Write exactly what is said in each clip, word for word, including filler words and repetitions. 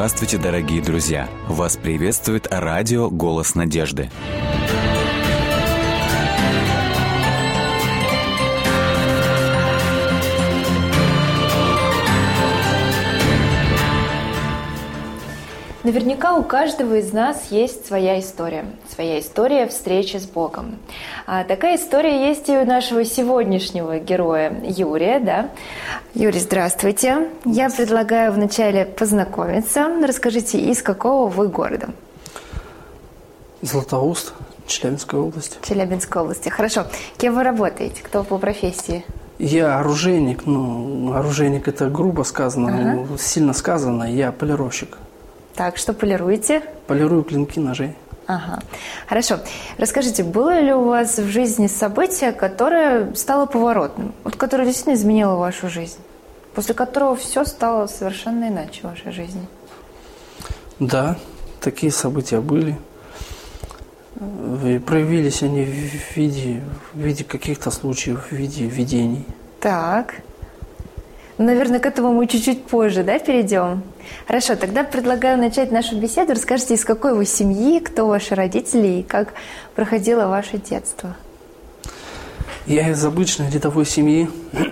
Здравствуйте, дорогие друзья! Вас приветствует радио «Голос надежды». Наверняка у каждого из нас есть своя история, своя история встречи с Богом. А такая история есть и у нашего сегодняшнего героя Юрия, да? Юрий, здравствуйте. Я предлагаю вначале познакомиться. Расскажите, из какого вы города? Златоуст, Челябинская область. Челябинской области. Хорошо. Кем вы работаете? Кто по профессии? Я оружейник. Ну, оружейник это грубо сказано, ага. ну, сильно сказано. Я полировщик. Так, что полируете? Полирую клинки ножей. Ага. Хорошо. Расскажите, было ли у вас в жизни событие, которое стало поворотным, вот которое действительно изменило вашу жизнь, после которого все стало совершенно иначе в вашей жизни? Да, такие события были. И проявились они в виде, в виде каких-то случаев, в виде видений. Так. Наверное, к этому мы чуть-чуть позже, да, перейдем? Хорошо, тогда предлагаю начать нашу беседу. Расскажите, из какой вы семьи, кто ваши родители и как проходило ваше детство? Я из обычной рядовой семьи.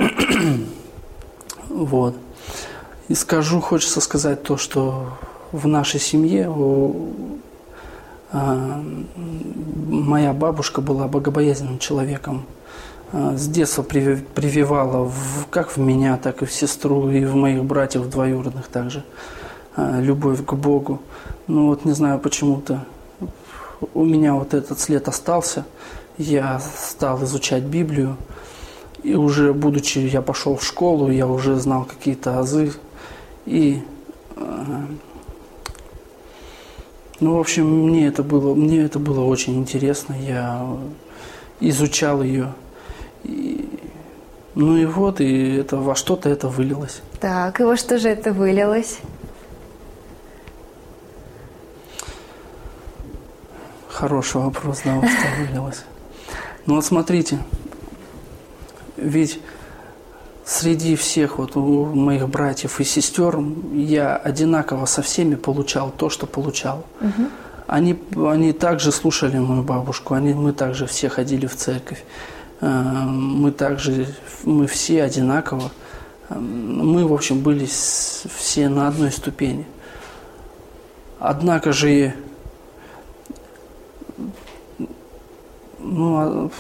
Вот. И скажу, хочется сказать то, что в нашей семье у, а, моя бабушка была богобоязненным человеком. С детства прививала в, как в меня, так и в сестру, и в моих братьев двоюродных также любовь к Богу. Ну вот не знаю, почему-то у меня вот этот след остался. Я стал изучать Библию, и уже будучи, я пошел в школу, я уже знал какие-то азы. И, ну, в общем, мне это было, мне это было очень интересно. Я изучал ее. И, ну и вот, и это во что-то это вылилось. Так, и во что же это вылилось? Хороший вопрос, да, во что вылилось. Ну вот смотрите, ведь среди всех вот у моих братьев и сестер я одинаково со всеми получал то, что получал. Угу. Они, они также слушали мою бабушку, они, мы также все ходили в церковь. Мы также, мы все одинаково, мы, в общем, были все на одной ступени. Однако же, ну,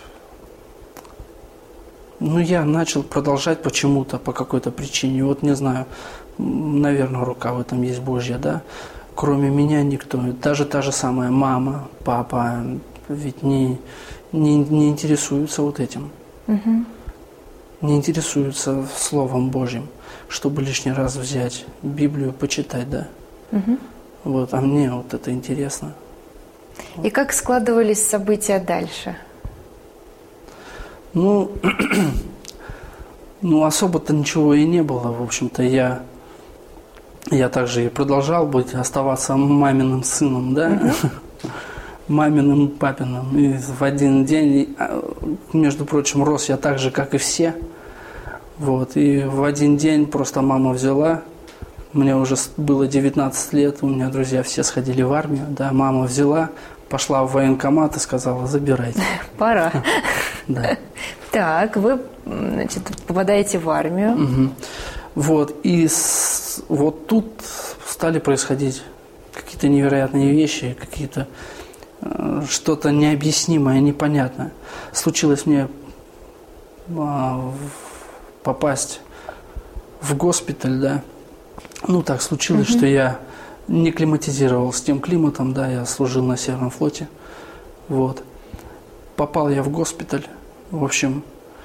ну я начал продолжать почему-то, по какой-то причине, вот не знаю, наверное, рука в этом есть Божья, да, кроме меня никто, даже та же самая мама, папа, ведь не... Не, не интересуются вот этим. Угу. Не интересуются Словом Божьим, чтобы лишний раз взять Библию, почитать, да. Угу. Вот, а мне вот это интересно. И как складывались события дальше? Ну, ну особо-то ничего и не было, в общем-то. Я, я также и продолжал быть, оставаться маминым сыном, да. Угу. Маминым, папиным. И в один день, между прочим, рос я так же, как и все. Вот. И в один день просто мама взяла. Мне уже было девятнадцать лет, у меня друзья все сходили в армию. Да, мама взяла, пошла в военкомат и сказала: забирайте. Пора. Да. Так, вы, значит, попадаете в армию. Угу. Вот. И с, вот тут стали происходить какие-то невероятные вещи, какие-то что-то необъяснимое, непонятное. Случилось мне а, попасть в госпиталь, да. Ну, так случилось, угу. что я не климатизировал с тем климатом, да, я служил на Северном флоте. Вот. Попал я в госпиталь, в общем.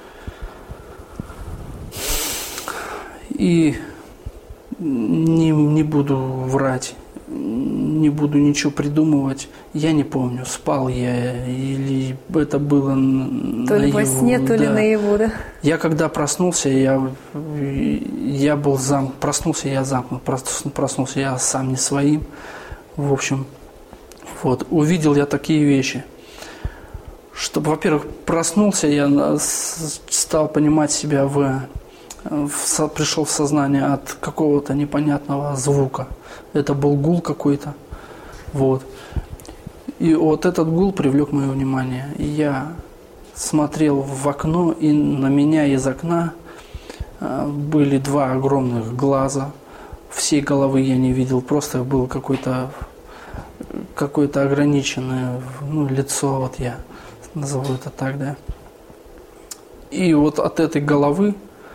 И не, не буду врать. Не буду ничего придумывать. Я не помню, спал я или это было наяву. То ли во сне, то ли да. наяву, да? Я когда проснулся, я, я был зам, проснулся я замкнут, проснулся я сам не своим. В общем, вот, увидел я такие вещи. Чтобы, во-первых, проснулся, я стал понимать себя в в со, пришел в сознание от какого-то непонятного звука. Это был гул какой-то. Вот. И вот этот гул привлек мое внимание. И я смотрел в окно, и на меня из окна были два огромных глаза. Всей головы я не видел, просто был какой-то какое-то ограниченное, ну, лицо, вот я назову это так, да. И вот от этой головы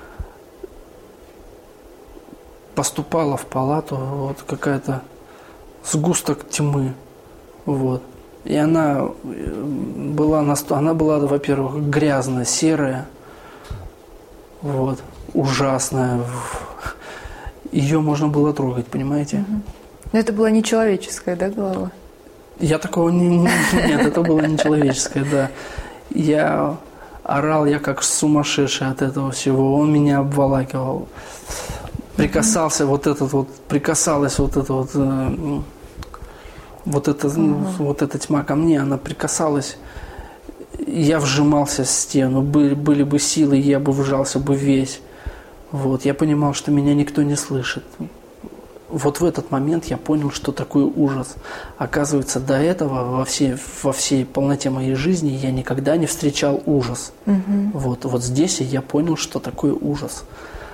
поступала в палату вот какая-то сгусток тьмы, вот. И она была, она была, во-первых, грязная, серая, вот, ужасная. Ее можно было трогать, понимаете? Угу. Но это была не человеческая, да, голова? Я такого не... Нет, это было не человеческое, да. Я орал, я как сумасшедший от этого всего. Он меня обволакивал. Прикасался вот этот вот... Прикасалась вот эта вот... Вот эта, uh-huh. вот эта тьма ко мне, она прикасалась. Я вжимался в стену. Были, были бы силы, я бы вжался бы весь. Вот. Я понимал, что меня никто не слышит. Вот в этот момент я понял, что такое ужас. Оказывается, до этого во всей, во всей полноте моей жизни я никогда не встречал ужас. Uh-huh. Вот, вот здесь я понял, что такое ужас.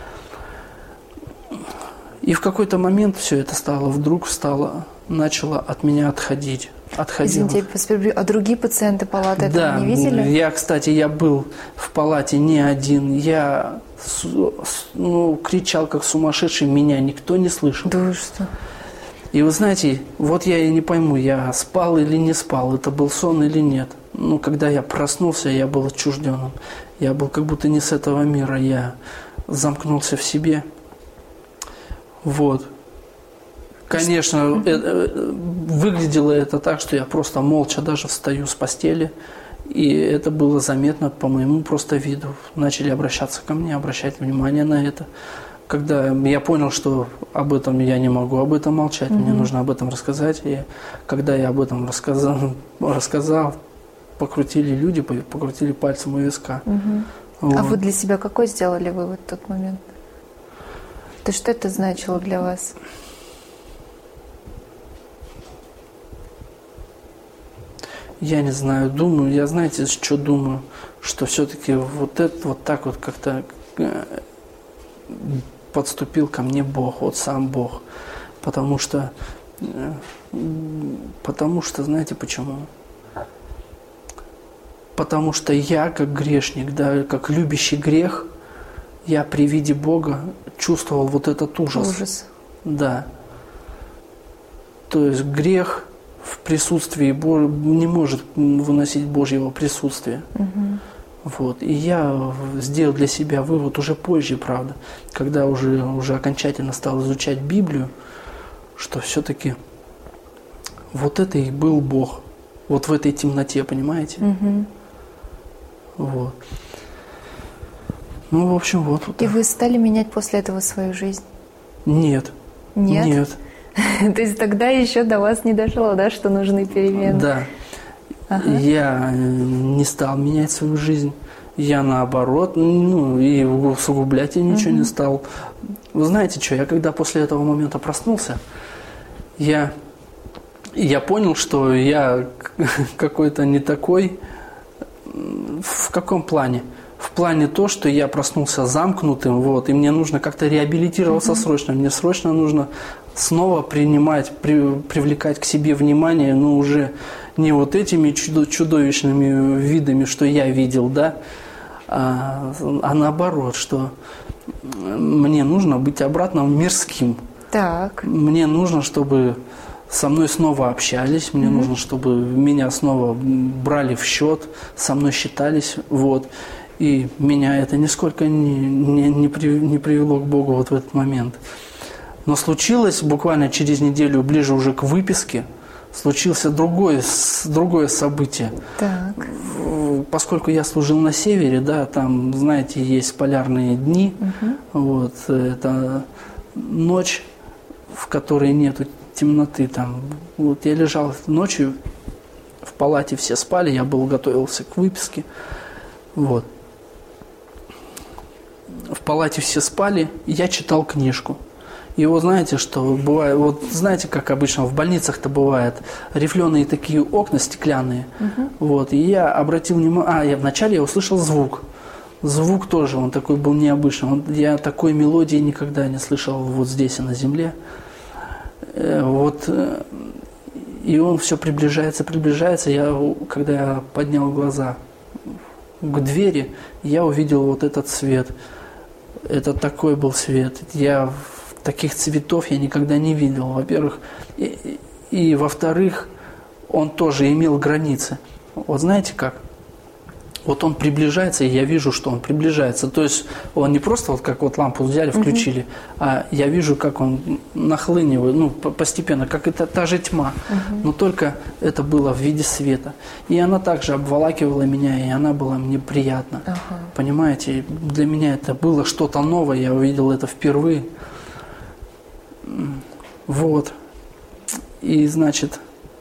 И в какой-то момент все это стало, вдруг стало, начало от меня отходить. Отходило. Извините, а другие пациенты палаты этого да, не видели? Я, кстати, я был в палате не один. Я ну, кричал как сумасшедший, меня никто не слышал. Да вы что? И вы знаете, вот я и не пойму, я спал или не спал, это был сон или нет. Ну, когда я проснулся, я был отчужденным. Я был как будто не с этого мира, я замкнулся в себе. Вот. Конечно, это, выглядело это так, что я просто молча даже встаю с постели. И это было заметно по моему просто виду. Начали обращаться ко мне, обращать внимание на это. Когда я понял, что об этом я не могу об этом молчать, mm-hmm. мне нужно об этом рассказать. И когда я об этом рассказал, рассказал покрутили люди, покрутили пальцем у виска. Mm-hmm. Вот. А вы для себя какой сделали вывод в тот момент? То что это значило для вас? Я не знаю, думаю, я знаете, что думаю, что все-таки вот это вот так вот как-то подступил ко мне Бог, вот сам Бог, потому что, потому что, знаете почему? Потому что я, как грешник, да, как любящий грех, я при виде Бога чувствовал вот этот ужас. Ужас. Да. То есть грех в присутствии Божьего не может выносить Божьего присутствия. Угу. Вот. И я сделал для себя вывод уже позже, правда, когда уже, уже окончательно стал изучать Библию, что все-таки вот это и был Бог. Вот в этой темноте, понимаете? Угу. Вот. Ну, в общем, вот. вот и вы стали менять после этого свою жизнь? Нет. Нет? Нет. То есть тогда еще до вас не дошло, да, что нужны перемены? Да. Ага. Я не стал менять свою жизнь. Я наоборот, ну, и усугублять я ничего угу. не стал. Вы знаете что, я когда после этого момента проснулся, я, я понял, что я какой-то не такой. В каком плане? В плане то, что я проснулся замкнутым, вот, и мне нужно как-то реабилитироваться uh-huh. срочно. Мне срочно нужно снова принимать, при, привлекать к себе внимание, но уже не вот этими чудовищными видами, что я видел, да, а, а наоборот, что мне нужно быть обратно мирским. Так. Мне нужно, чтобы со мной снова общались, мне mm-hmm. нужно, чтобы меня снова брали в счет, со мной считались, вот. И меня это нисколько не, не, не, при, не привело к Богу вот в этот момент. Но случилось буквально через неделю, ближе уже к выписке, случилось другое, другое событие. Так. Поскольку я служил на севере, да, там, знаете, есть полярные дни, угу. вот, это ночь, в которой нету темноты там. Вот я лежал ночью в палате, все спали, я был готовился к выписке, вот. палате все спали, и я читал книжку. И вот знаете, что бывает, вот знаете, как обычно в больницах-то бывает, рифленые такие окна стеклянные. Uh-huh. Вот, и я обратил внимание, а, я вначале я услышал звук. Звук тоже, он такой был необычный. Он, я такой мелодии никогда не слышал вот здесь, на земле. Э, вот, э, и он все приближается, приближается. Я, когда я поднял глаза к двери, я увидел вот этот свет. Это такой был свет. Я таких цветов я никогда не видел, во-первых. И, и, и во-вторых, он тоже имел границы. Вот знаете как? Вот он приближается, и я вижу, что он приближается. То есть он не просто вот как вот лампу взяли, включили, угу. а я вижу, как он нахлынивает, ну, постепенно, как это та же тьма. Угу. Но только это было в виде света. И она также обволакивала меня, и она была мне приятна. Ага. Понимаете? Для меня это было что-то новое, я увидел это впервые. Вот. И, значит...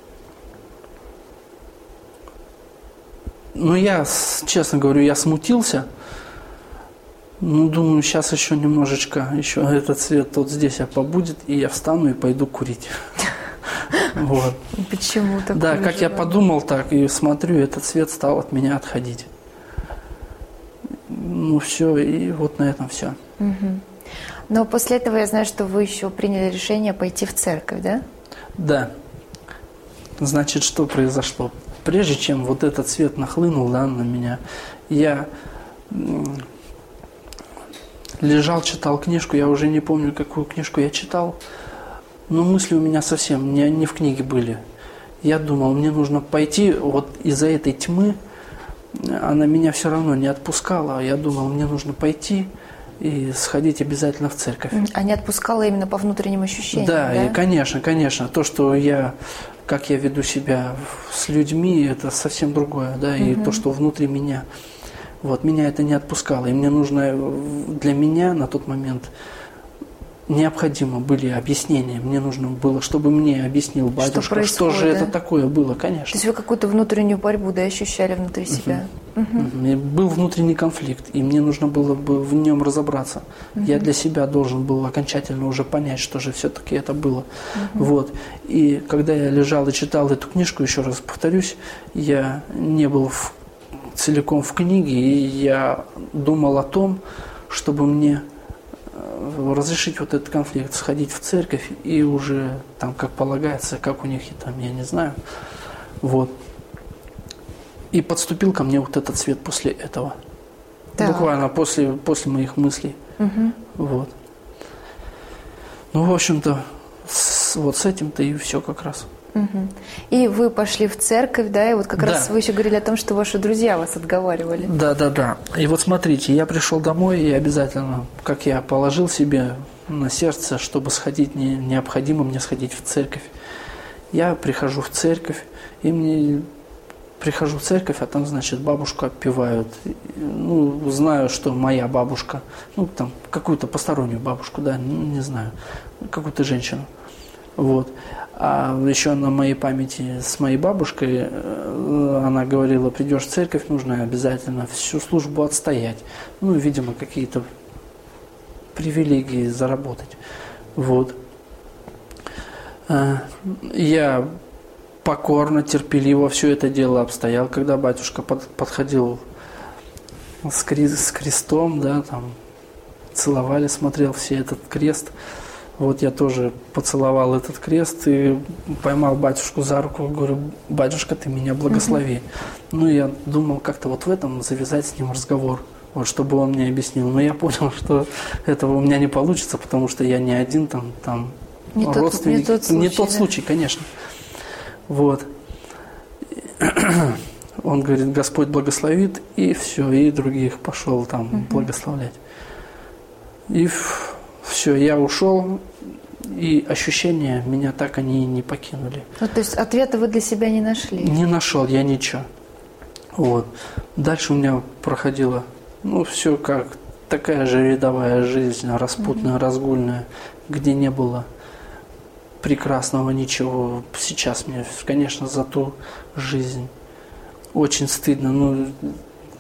Ну, я, честно говорю, я смутился. Ну, думаю, сейчас еще немножечко, еще этот свет вот здесь я побудет, и я встану и пойду курить. Вот. Почему так? Да, как я подумал так, и смотрю, этот свет стал от меня отходить. Ну, все, и вот на этом все. Но после этого я знаю, что вы еще приняли решение пойти в церковь, да? Да. Значит, что произошло? Прежде чем вот этот свет нахлынул, да, на меня, я лежал, читал книжку, я уже не помню, какую книжку я читал, но мысли у меня совсем не, не в книге были. Я думал, мне нужно пойти, вот из-за этой тьмы, она меня все равно не отпускала, я думал, мне нужно пойти и сходить обязательно в церковь. А не отпускала именно по внутренним ощущениям, да? Да, и, конечно, конечно, то, что я... Как я веду себя с людьми, это совсем другое, да, и угу. то, что внутри меня. Вот, меня это не отпускало. И мне нужно, для меня на тот момент необходимо были объяснения. Мне нужно было, чтобы мне объяснил батюшка, что, что же это такое было, конечно. То есть вы какую-то внутреннюю борьбу, да, ощущали внутри себя? Угу. Угу. И был внутренний конфликт, и мне нужно было бы в нем разобраться. Угу. Я для себя должен был окончательно уже понять, что же все-таки это было. Угу. Вот. И когда я лежал и читал эту книжку, еще раз повторюсь, я не был в, целиком в книге, и я думал о том, чтобы мне разрешить вот этот конфликт, сходить в церковь и уже там, как полагается, как у них там, я не знаю. Вот. И подступил ко мне вот этот свет после этого. Так. Буквально после, после моих мыслей. Угу. Вот. Ну, в общем-то, с, вот с этим-то и все как раз. Угу. И вы пошли в церковь, да, и вот как да. раз вы еще говорили о том, что ваши друзья вас отговаривали. Да, да, да. И вот смотрите, я пришел домой, и обязательно, как я положил себе на сердце, чтобы сходить, не, необходимо мне сходить в церковь. Я прихожу в церковь, и мне... Прихожу в церковь, а там, значит, бабушку отпевают. Ну, знаю, что моя бабушка, ну, там, какую-то постороннюю бабушку, да, ну, не знаю, какую-то женщину. Вот. А еще на моей памяти с моей бабушкой, она говорила, придешь в церковь, нужно обязательно всю службу отстоять. Ну, видимо, какие-то привилегии заработать. Вот. Я покорно, терпеливо все это дело обстоял, когда батюшка под, подходил с, крест, с крестом, да, там, целовали, смотрел все этот крест. Вот я тоже поцеловал этот крест и поймал батюшку за руку, говорю, батюшка, ты меня благослови. Uh-huh. Ну, я думал как-то вот в этом завязать с ним разговор, вот, чтобы он мне объяснил. Но я понял, что этого у меня не получится, потому что я не один там, там не родственник. Тот, не тот случай, не тот да? случай, конечно. Вот. Он говорит, Господь благословит, и все, и других пошел там uh-huh. благословлять. И все, я ушел, и ощущения меня так они и не покинули. Ну, то есть ответа вы для себя не нашли? Не нашел я ничего. Вот. Дальше у меня проходило, ну, все как такая же рядовая жизнь, распутная, uh-huh. разгульная, где не было прекрасного ничего. Сейчас мне, конечно, за ту жизнь очень стыдно. Ну,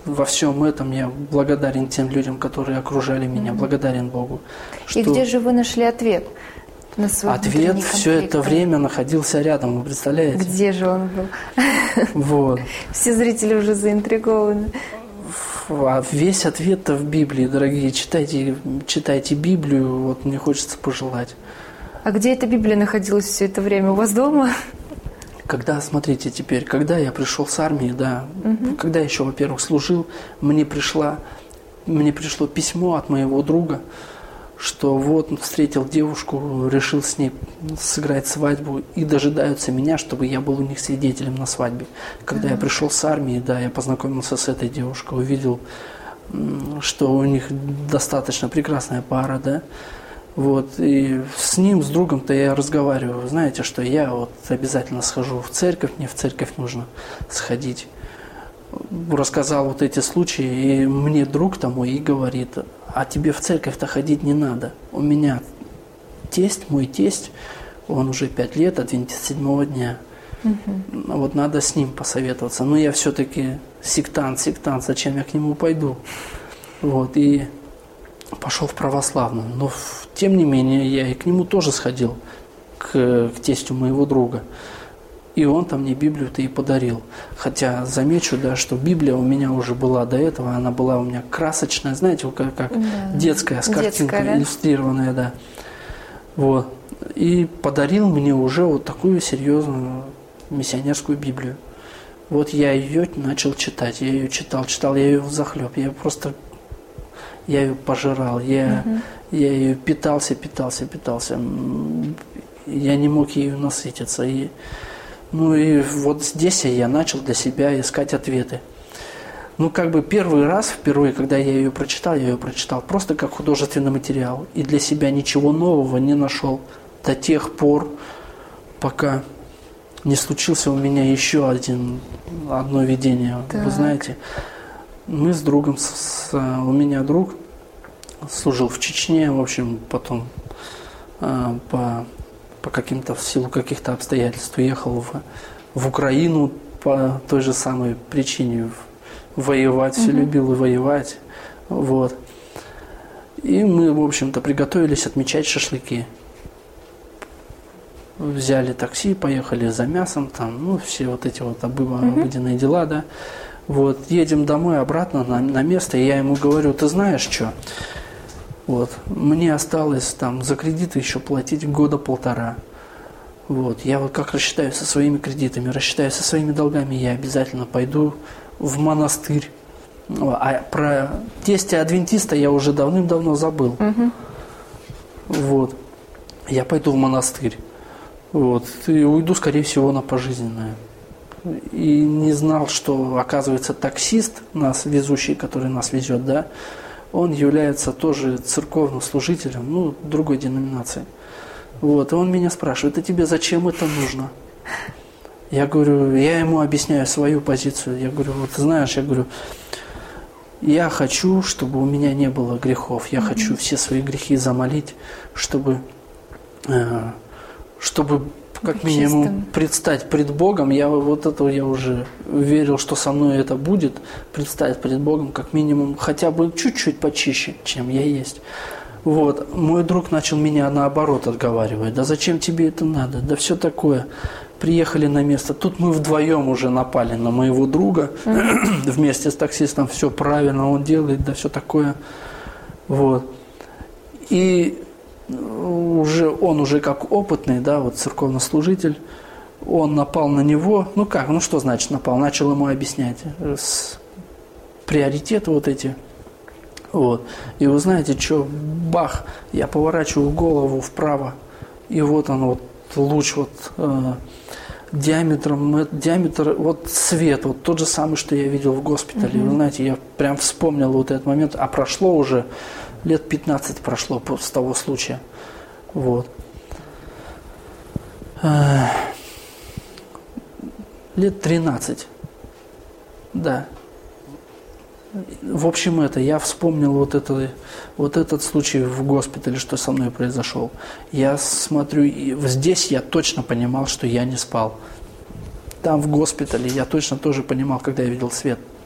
во всем этом я благодарен тем людям, которые окружали меня, mm-hmm. благодарен Богу. И что... где же вы нашли ответ на свой Ответ все это время находился рядом, вы представляете? Где же он был? Вот. Все зрители уже заинтригованы. А весь ответ-то в Библии, дорогие. Читайте, читайте Библию, вот мне хочется пожелать. А где эта Библия находилась все это время? У вас дома? Когда, смотрите теперь, когда я пришел с армии, да, угу. когда я еще, во-первых, служил, мне, пришла, мне пришло письмо от моего друга, что вот встретил девушку, решил с ней сыграть свадьбу и дожидаются меня, чтобы я был у них свидетелем на свадьбе. Когда uh-huh. я пришел с армии, да, я познакомился с этой девушкой, увидел, что у них достаточно прекрасная пара, да. Вот, и с ним, с другом-то я разговариваю. Знаете, что я вот обязательно схожу в церковь, мне в церковь нужно сходить. Рассказал вот эти случаи, и мне друг там мой и говорит: а тебе в церковь-то ходить не надо. У меня тесть, мой тесть, он уже пять лет, адвентист седьмого дня. Угу. Вот надо с ним посоветоваться. Но я все-таки сектант, сектант, зачем я к нему пойду? Вот, и пошел в православную. Но тем не менее я и к нему тоже сходил, к, к тестю моего друга. И он там мне Библию-то и подарил. Хотя замечу, да, что Библия у меня уже была до этого, она была у меня красочная, знаете, как, как да. детская, с картинкой, да? Иллюстрированная, да. Вот. И подарил мне уже вот такую серьезную миссионерскую Библию. Вот я ее начал читать, я ее читал, читал, я ее взахлеб, я просто, я ее пожирал, я, угу. я ее питался, питался, питался. Я не мог ею насытиться. И Ну и вот здесь я начал для себя искать ответы. Ну, как бы первый раз, впервые, когда я ее прочитал, я ее прочитал просто как художественный материал. И для себя ничего нового не нашел до тех пор, пока не случился у меня еще один, одно видение. Так. Вы знаете, мы с другом, с, у меня друг служил в Чечне, в общем, потом по... по каким-то, в силу каких-то обстоятельств уехал в, в Украину по той же самой причине. Воевать, все угу. любил и воевать. Вот. И мы, в общем-то, приготовились отмечать шашлыки. Взяли такси, поехали за мясом, там, ну, все вот эти вот обыденные угу. дела, да. Вот. Едем домой, обратно на, на место, и я ему говорю: ты знаешь что? Вот. Мне осталось там за кредиты еще платить года полтора. Вот. Я вот как рассчитаюсь со своими кредитами, рассчитаюсь со своими долгами, я обязательно пойду в монастырь. А про тестя адвентиста я уже давным-давно забыл. Угу. Вот. Я пойду в монастырь. Вот. И уйду, скорее всего, на пожизненное. И не знал, что, оказывается, таксист, нас везущий, который нас везет, да, он является тоже церковным служителем, ну, другой деноминации. Вот, и он меня спрашивает: а тебе зачем это нужно? Я говорю, я ему объясняю свою позицию. Я говорю: вот знаешь, я говорю, я хочу, чтобы у меня не было грехов. Я mm-hmm. хочу все свои грехи замолить, чтобы, э, чтобы как минимум чистым. Предстать пред Богом. Я вот этого я уже верил, что со мной это будет, предстать пред Богом как минимум хотя бы чуть-чуть почище, чем я есть. Вот. Мой друг начал меня наоборот отговаривать: да зачем тебе это надо, да все такое. Приехали на место, тут мы вдвоем уже напали на моего друга, mm-hmm. вместе с таксистом, все правильно он делает, да все такое. Вот. И уже он уже как опытный, да, вот церковнослужитель, он напал на него. Ну как, ну что значит напал? Начал ему объяснять с приоритеты вот эти. Вот. И вы знаете, что, бах, я поворачиваю голову вправо, и вот он вот луч вот э, диаметром, диаметр, вот свет, вот тот же самый, что я видел в госпитале. Mm-hmm. Вы знаете, я прям вспомнил вот этот момент, а прошло уже лет пятнадцать прошло с того случая. Вот. Э, лет тринадцать. Да. В общем, это, я вспомнил вот, это, вот этот случай в госпитале, что со мной произошел. Я смотрю, и здесь я точно понимал, что я не спал. Там в госпитале я точно тоже понимал, когда я видел свет,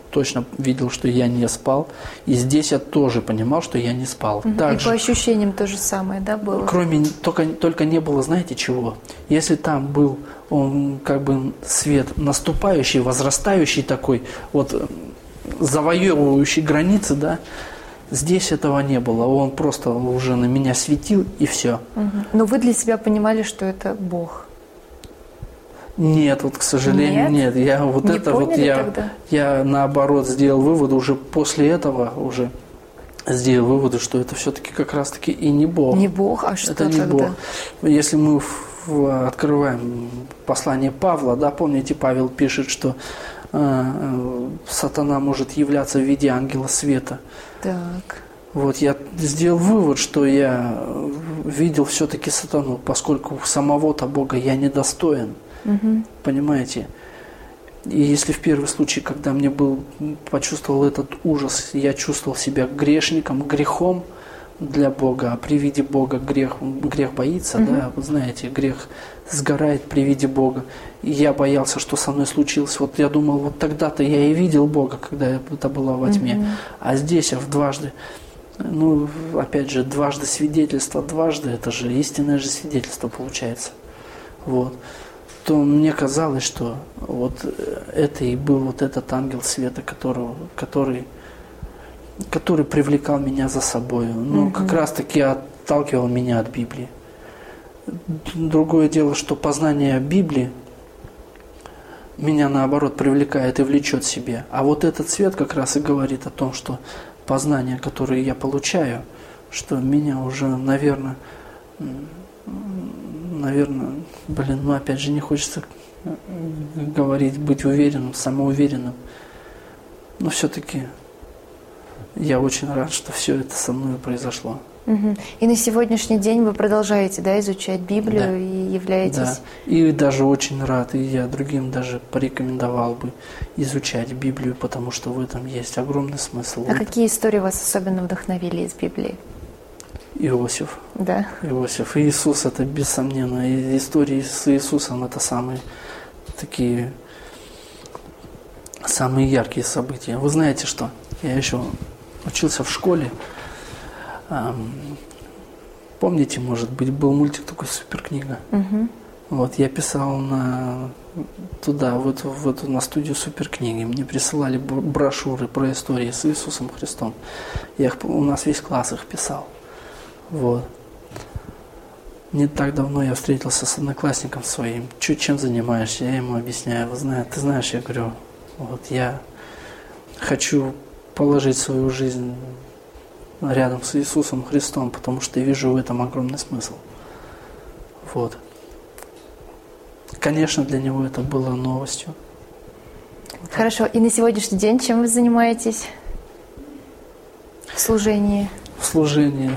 точно видел, что я не спал. И здесь я тоже понимал, что я не спал. Угу. Также, и по ощущениям то же самое, да, было? Кроме, только, только не было, знаете, чего? Если там был он как бы свет наступающий, возрастающий такой, вот завоевывающий границы, да, здесь этого не было. Он просто уже на меня светил, и все. Угу. Но вы для себя понимали, что это Бог? Нет, вот, к сожалению, нет. нет. Я вот не это вот я, тогда? я наоборот сделал вывод уже после этого уже сделал выводы, что это все-таки как раз-таки и не Бог. Не Бог, а что это не тогда? Бог. Если мы в, в, открываем послание Павла, да, помните, Павел пишет, что э, сатана может являться в виде ангела света. Так. Вот я сделал вывод, что я видел все-таки сатану, поскольку самого-то Бога я недостоин. Угу. Понимаете? И если в первый случай, когда мне был, почувствовал этот ужас, я чувствовал себя грешником, грехом для Бога, а при виде Бога грех, грех боится, угу. да, вы знаете, грех сгорает при виде Бога. И я боялся, что со мной случилось. Вот я думал, вот тогда-то я и видел Бога, когда это было во тьме. Угу. А здесь я в дважды, ну, опять же, дважды свидетельство, дважды, это же истинное же свидетельство получается. Вот. То мне казалось, что вот это и был вот этот ангел света, которого, который, который привлекал меня за собой. Ну, угу. как раз-таки отталкивал меня от Библии. Другое дело, что познание Библии меня, наоборот, привлекает и влечет к себе. А вот этот свет как раз и говорит о том, что познание, которое я получаю, что меня уже, наверное... Наверное, блин, ну опять же не хочется говорить, быть уверенным, самоуверенным. Но все-таки я очень рад, что все это со мной произошло. Угу. И на сегодняшний день вы продолжаете, да, изучать Библию, да. и являетесь... Да, и даже очень рад, и я другим даже порекомендовал бы изучать Библию, потому что в этом есть огромный смысл. А какие истории вас особенно вдохновили из Библии? Иосиф. Да. Иосиф. И Иисус, это бессомненно. И истории с Иисусом это самые такие, самые яркие события. Вы знаете что? Я еще учился в школе. Помните, может быть, был мультик такой «Суперкнига». Угу. Вот, я писал на, туда, в эту, в эту, на студию «Суперкниги». Мне присылали брошюры про истории с Иисусом Христом. Я их, у нас весь класс их писал. Вот. Не так давно я встретился с одноклассником своим. Чуть чем занимаешься? Я ему объясняю. Вы знаете, ты знаешь, я говорю, вот я хочу положить свою жизнь рядом с Иисусом Христом, потому что я вижу в этом огромный смысл. Вот. Конечно, для него это было новостью. Хорошо. И на сегодняшний день чем вы занимаетесь в служении? В служении.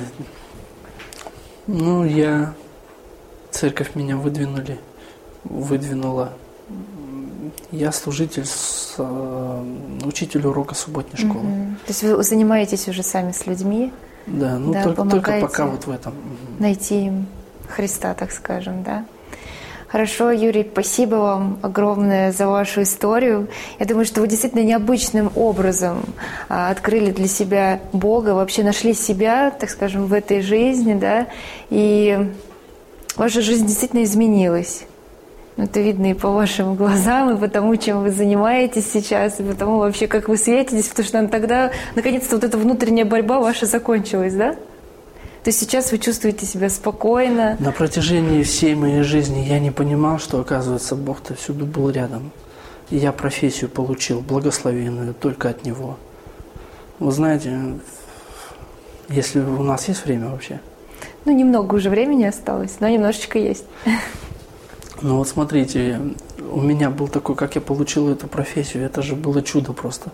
Ну, я... Церковь меня выдвинули, выдвинула. Я служитель, с, э, учитель урока субботней школы. Mm-hmm. То есть вы занимаетесь уже сами с людьми? Да, ну да, только, только пока вот в этом. Найти им Христа, так скажем, да? Хорошо, Юрий, спасибо вам огромное за вашу историю. Я думаю, что вы действительно необычным образом а, открыли для себя Бога, вообще нашли себя, так скажем, в этой жизни, да, и ваша жизнь действительно изменилась. Это видно и по вашим глазам, и по тому, чем вы занимаетесь сейчас, и по тому вообще, как вы светитесь, потому что тогда, наконец-то, вот эта внутренняя борьба ваша закончилась, да? То есть сейчас вы чувствуете себя спокойно. На протяжении всей моей жизни я не понимал, что, оказывается, Бог-то всюду был рядом. И я профессию получил, благословенную, только от Него. Вы знаете, если у нас есть время вообще? Ну, немного уже времени осталось, но немножечко есть. Ну вот смотрите, у меня был такой, как я получил эту профессию, это же было чудо просто.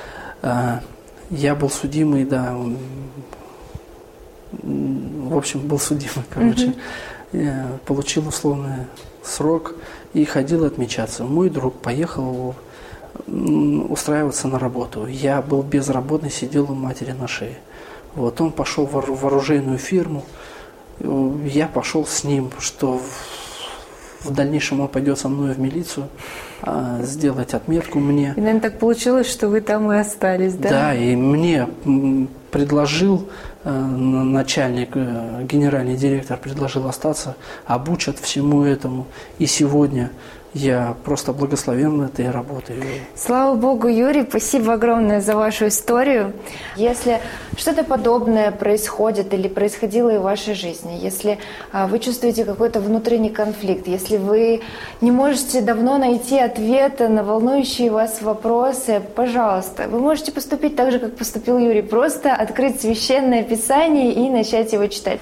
Я был судимый, да, в общем, был судимый, короче. Я получил условный срок и ходил отмечаться. Мой друг поехал устраиваться на работу. Я был безработный, сидел у матери на шее. Вот он пошел в оружейную фирму, я пошел с ним, что в дальнейшем он пойдет со мной в милицию сделать отметку мне. И, наверное, так получилось, что вы там и остались, да? Да, и мне предложил начальник, генеральный директор предложил остаться, обучат всему этому. И сегодня я просто благословен этой работой. Слава Богу, Юрий, спасибо огромное за вашу историю. Если что-то подобное происходит или происходило и в вашей жизни, если вы чувствуете какой-то внутренний конфликт, если вы не можете давно найти ответы на волнующие вас вопросы, пожалуйста, вы можете поступить так же, как поступил Юрий, просто открыть Священное Писание и начать его читать.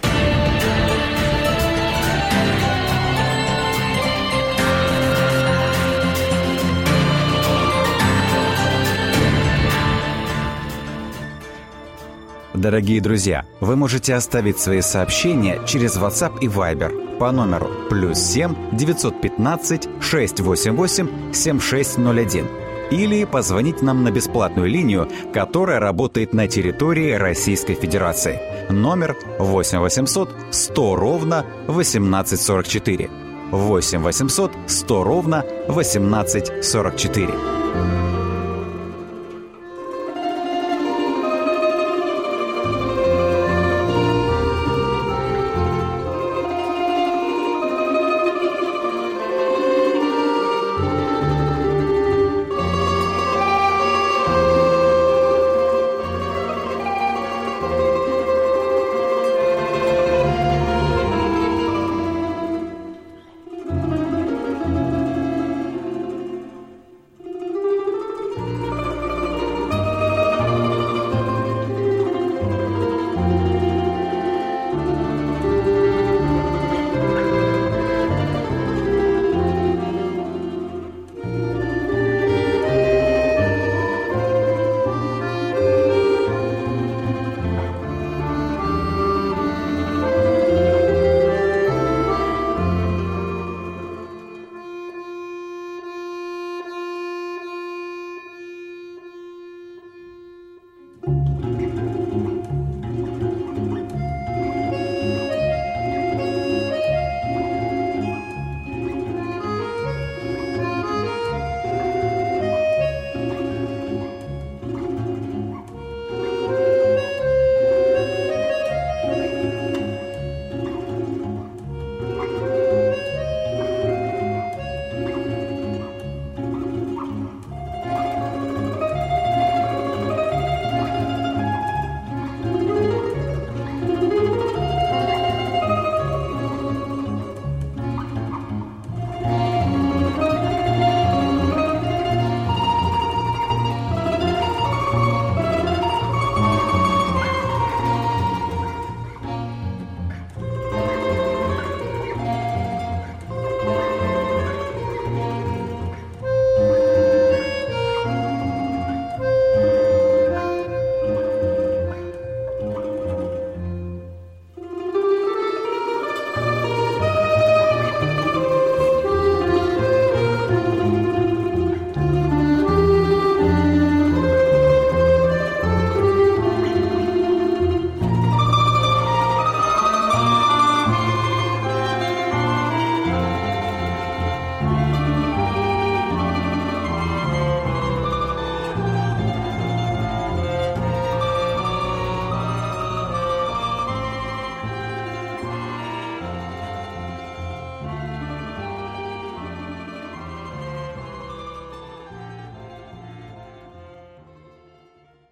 Дорогие друзья, вы можете оставить свои сообщения через WhatsApp и Viber по номеру плюс семь девятьсот пятнадцать шестьсот восемьдесят восемь семьдесят шесть ноль один или позвонить нам на бесплатную линию, которая работает на территории Российской Федерации. Номер восемь восемьсот сто ровно восемнадцать сорок четыре. восемь восемьсот сто ровно восемнадцать сорок четыре.